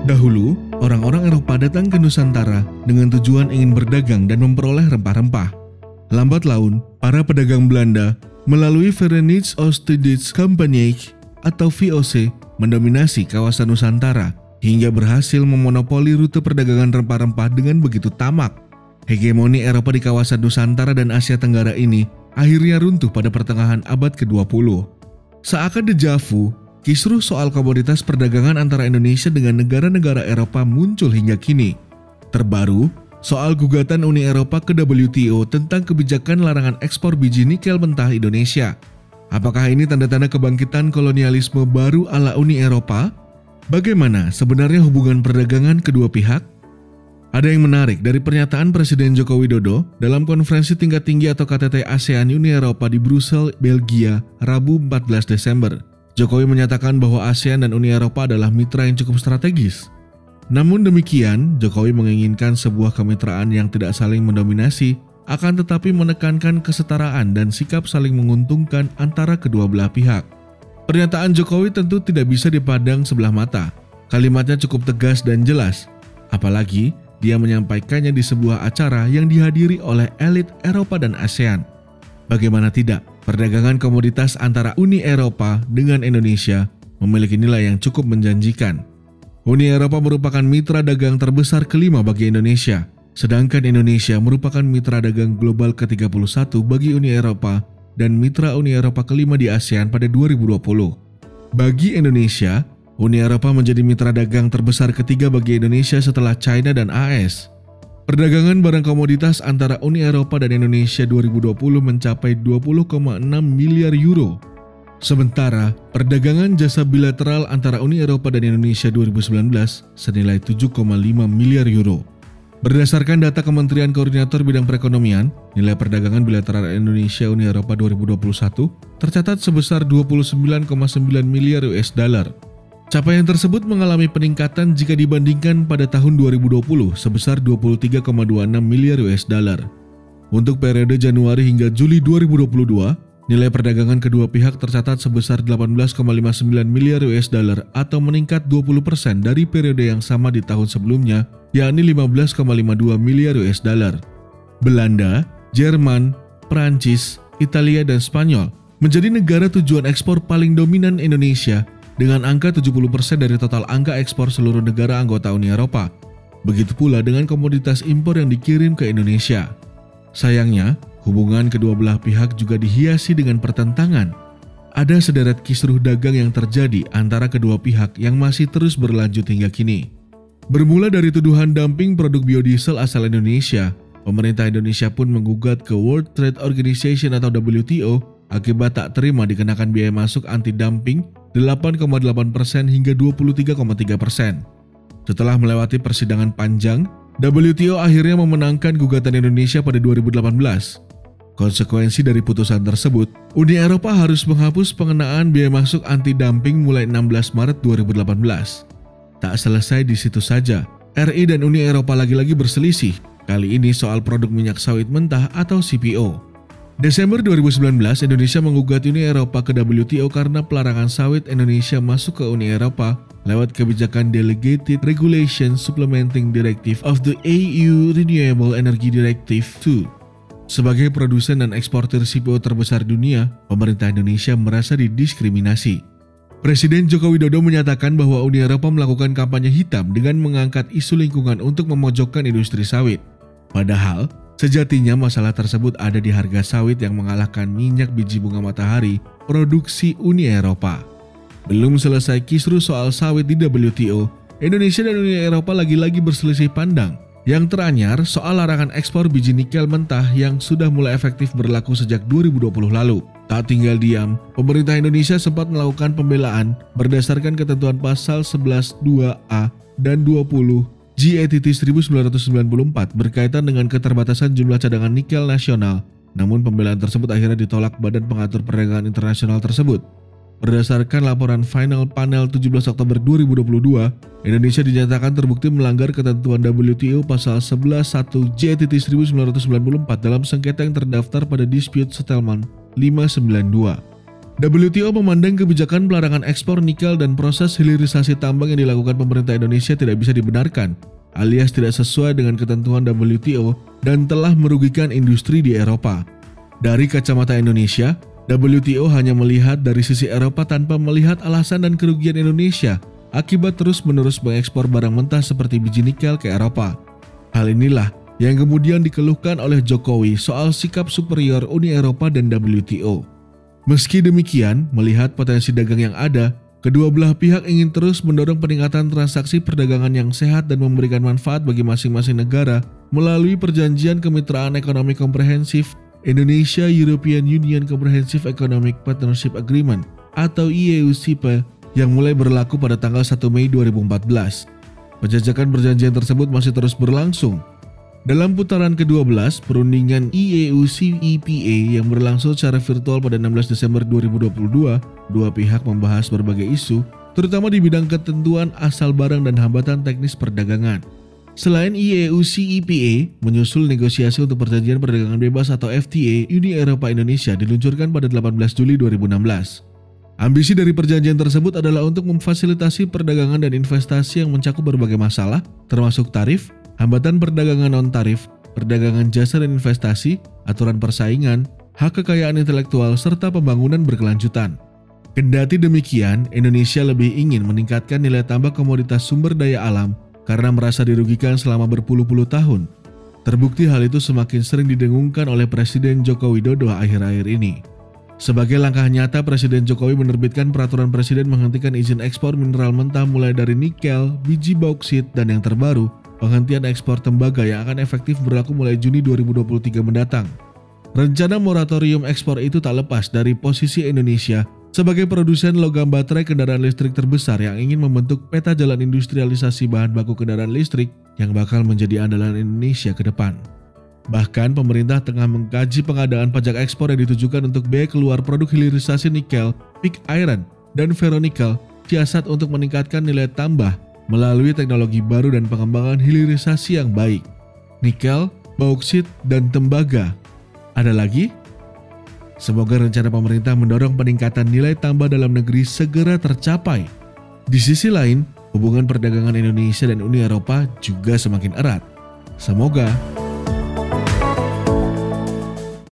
Dahulu, orang-orang Eropa datang ke Nusantara dengan tujuan ingin berdagang dan memperoleh rempah-rempah. Lambat laun, para pedagang Belanda melalui Verenigde Oost-Indisch Compagnie atau VOC mendominasi kawasan Nusantara hingga berhasil memonopoli rute perdagangan rempah-rempah dengan begitu tamak. Hegemoni Eropa di kawasan Nusantara dan Asia Tenggara ini akhirnya runtuh pada pertengahan abad ke-20. Seakan deja vu, kisruh soal komoditas perdagangan antara Indonesia dengan negara-negara Eropa muncul hingga kini. Terbaru, soal gugatan Uni Eropa ke WTO tentang kebijakan larangan ekspor biji nikel mentah Indonesia. Apakah ini tanda-tanda kebangkitan kolonialisme baru ala Uni Eropa? Bagaimana sebenarnya hubungan perdagangan kedua pihak? Ada yang menarik dari pernyataan Presiden Joko Widodo dalam konferensi tingkat tinggi atau KTT ASEAN Uni Eropa di Brussels, Belgia, Rabu 14 Desember. Jokowi menyatakan bahwa ASEAN dan Uni Eropa adalah mitra yang cukup strategis. Namun demikian, Jokowi menginginkan sebuah kemitraan yang tidak saling mendominasi, akan tetapi menekankan kesetaraan dan sikap saling menguntungkan antara kedua belah pihak. Pernyataan Jokowi tentu tidak bisa dipandang sebelah mata. Kalimatnya cukup tegas dan jelas, apalagi dia menyampaikannya di sebuah acara yang dihadiri oleh elit Eropa dan ASEAN. Bagaimana tidak, perdagangan komoditas antara Uni Eropa dengan Indonesia memiliki nilai yang cukup menjanjikan. Uni Eropa merupakan mitra dagang terbesar kelima bagi Indonesia, sedangkan Indonesia merupakan mitra dagang global ke-31 bagi Uni Eropa dan mitra Uni Eropa kelima di ASEAN pada 2020. Bagi Indonesia, Uni Eropa menjadi mitra dagang terbesar ketiga bagi Indonesia setelah China dan AS. Perdagangan barang komoditas antara Uni Eropa dan Indonesia 2020 mencapai 20,6 miliar euro. Sementara, perdagangan jasa bilateral antara Uni Eropa dan Indonesia 2019 senilai 7,5 miliar euro. Berdasarkan data Kementerian Koordinator Bidang Perekonomian, nilai perdagangan bilateral Indonesia-Uni Eropa 2021 tercatat sebesar 29,9 miliar US dollar. Capaian tersebut mengalami peningkatan jika dibandingkan pada tahun 2020 sebesar 23,26 miliar US dollar. Untuk periode Januari hingga Juli 2022, nilai perdagangan kedua pihak tercatat sebesar 18,59 miliar US dollar atau meningkat 20% dari periode yang sama di tahun sebelumnya, yakni 15,52 miliar US dollar. Belanda, Jerman, Prancis, Italia, dan Spanyol menjadi negara tujuan ekspor paling dominan Indonesia dengan angka 70% dari total angka ekspor seluruh negara anggota Uni Eropa. Begitu pula dengan komoditas impor yang dikirim ke Indonesia. Sayangnya, hubungan kedua belah pihak juga dihiasi dengan pertentangan. Ada sederet kisruh dagang yang terjadi antara kedua pihak yang masih terus berlanjut hingga kini. Bermula dari tuduhan dumping produk biodiesel asal Indonesia, pemerintah Indonesia pun menggugat ke World Trade Organization atau WTO akibat tak terima dikenakan biaya masuk anti-dumping 8,8% hingga 23,3%. Setelah melewati persidangan panjang, WTO akhirnya memenangkan gugatan Indonesia pada 2018. Konsekuensi dari putusan tersebut, Uni Eropa harus menghapus pengenaan biaya masuk anti-dumping mulai 16 Maret 2018. Tak selesai di situ saja, RI dan Uni Eropa lagi-lagi berselisih, kali ini soal produk minyak sawit mentah atau CPO. Desember 2019, Indonesia menggugat Uni Eropa ke WTO karena pelarangan sawit Indonesia masuk ke Uni Eropa lewat kebijakan Delegated Regulation Supplementing Directive of the EU Renewable Energy Directive II. Sebagai produsen dan eksportir CPO terbesar dunia, pemerintah Indonesia merasa didiskriminasi. Presiden Joko Widodo menyatakan bahwa Uni Eropa melakukan kampanye hitam dengan mengangkat isu lingkungan untuk memojokkan industri sawit. Padahal, sejatinya masalah tersebut ada di harga sawit yang mengalahkan minyak biji bunga matahari produksi Uni Eropa. Belum selesai kisruh soal sawit di WTO, Indonesia dan Uni Eropa lagi-lagi berselisih pandang. Yang teranyar soal larangan ekspor biji nikel mentah yang sudah mulai efektif berlaku sejak 2020 lalu. Tak tinggal diam, pemerintah Indonesia sempat melakukan pembelaan berdasarkan ketentuan pasal 11(2)(a) dan 20 GATT 1994 berkaitan dengan keterbatasan jumlah cadangan nikel nasional. Namun pembelaan tersebut akhirnya ditolak Badan Pengatur Perdagangan Internasional tersebut. Berdasarkan laporan final panel 17 Oktober 2022, Indonesia dinyatakan terbukti melanggar ketentuan WTO pasal 11(1) GATT 1994 dalam sengketa yang terdaftar pada Dispute Settlement 592. WTO memandang kebijakan pelarangan ekspor nikel dan proses hilirisasi tambang yang dilakukan pemerintah Indonesia tidak bisa dibenarkan, alias tidak sesuai dengan ketentuan WTO dan telah merugikan industri di Eropa. Dari kacamata Indonesia, WTO hanya melihat dari sisi Eropa tanpa melihat alasan dan kerugian Indonesia akibat terus-menerus mengekspor barang mentah seperti biji nikel ke Eropa. Hal inilah yang kemudian dikeluhkan oleh Jokowi soal sikap superior Uni Eropa dan WTO. Meski demikian, melihat potensi dagang yang ada, kedua belah pihak ingin terus mendorong peningkatan transaksi perdagangan yang sehat dan memberikan manfaat bagi masing-masing negara melalui Perjanjian Kemitraan Ekonomi Komprehensif Indonesia-European Union Comprehensive Economic Partnership Agreement atau IEUCP yang mulai berlaku pada tanggal 1 Mei 2014. Penjajakan perjanjian tersebut masih terus berlangsung. Dalam putaran ke-12, perundingan IEUCEPA yang berlangsung secara virtual pada 16 Desember 2022, dua pihak membahas berbagai isu, terutama di bidang ketentuan asal barang dan hambatan teknis perdagangan. Selain IEUCEPA, menyusul negosiasi untuk perjanjian perdagangan bebas atau FTA Uni Eropa Indonesia diluncurkan pada 18 Juli 2016. Ambisi dari perjanjian tersebut adalah untuk memfasilitasi perdagangan dan investasi yang mencakup berbagai masalah, termasuk tarif, hambatan perdagangan non-tarif, perdagangan jasa dan investasi, aturan persaingan, hak kekayaan intelektual, serta pembangunan berkelanjutan. Kendati demikian, Indonesia lebih ingin meningkatkan nilai tambah komoditas sumber daya alam karena merasa dirugikan selama berpuluh-puluh tahun. Terbukti hal itu semakin sering didengungkan oleh Presiden Joko Widodo akhir-akhir ini. Sebagai langkah nyata, Presiden Jokowi menerbitkan peraturan presiden menghentikan izin ekspor mineral mentah mulai dari nikel, biji bauksit, dan yang terbaru, penghentian ekspor tembaga yang akan efektif berlaku mulai Juni 2023 mendatang. Rencana moratorium ekspor itu tak lepas dari posisi Indonesia sebagai produsen logam baterai kendaraan listrik terbesar yang ingin membentuk peta jalan industrialisasi bahan baku kendaraan listrik yang bakal menjadi andalan Indonesia ke depan. Bahkan pemerintah tengah mengkaji pengadaan pajak ekspor yang ditujukan untuk biaya keluar produk hilirisasi nikel, pig iron, dan ferronikel, siasat untuk meningkatkan nilai tambah melalui teknologi baru dan pengembangan hilirisasi yang baik. Nikel, bauksit, dan tembaga. Ada lagi? Semoga rencana pemerintah mendorong peningkatan nilai tambah dalam negeri segera tercapai. Di sisi lain, hubungan perdagangan Indonesia dan Uni Eropa juga semakin erat. Semoga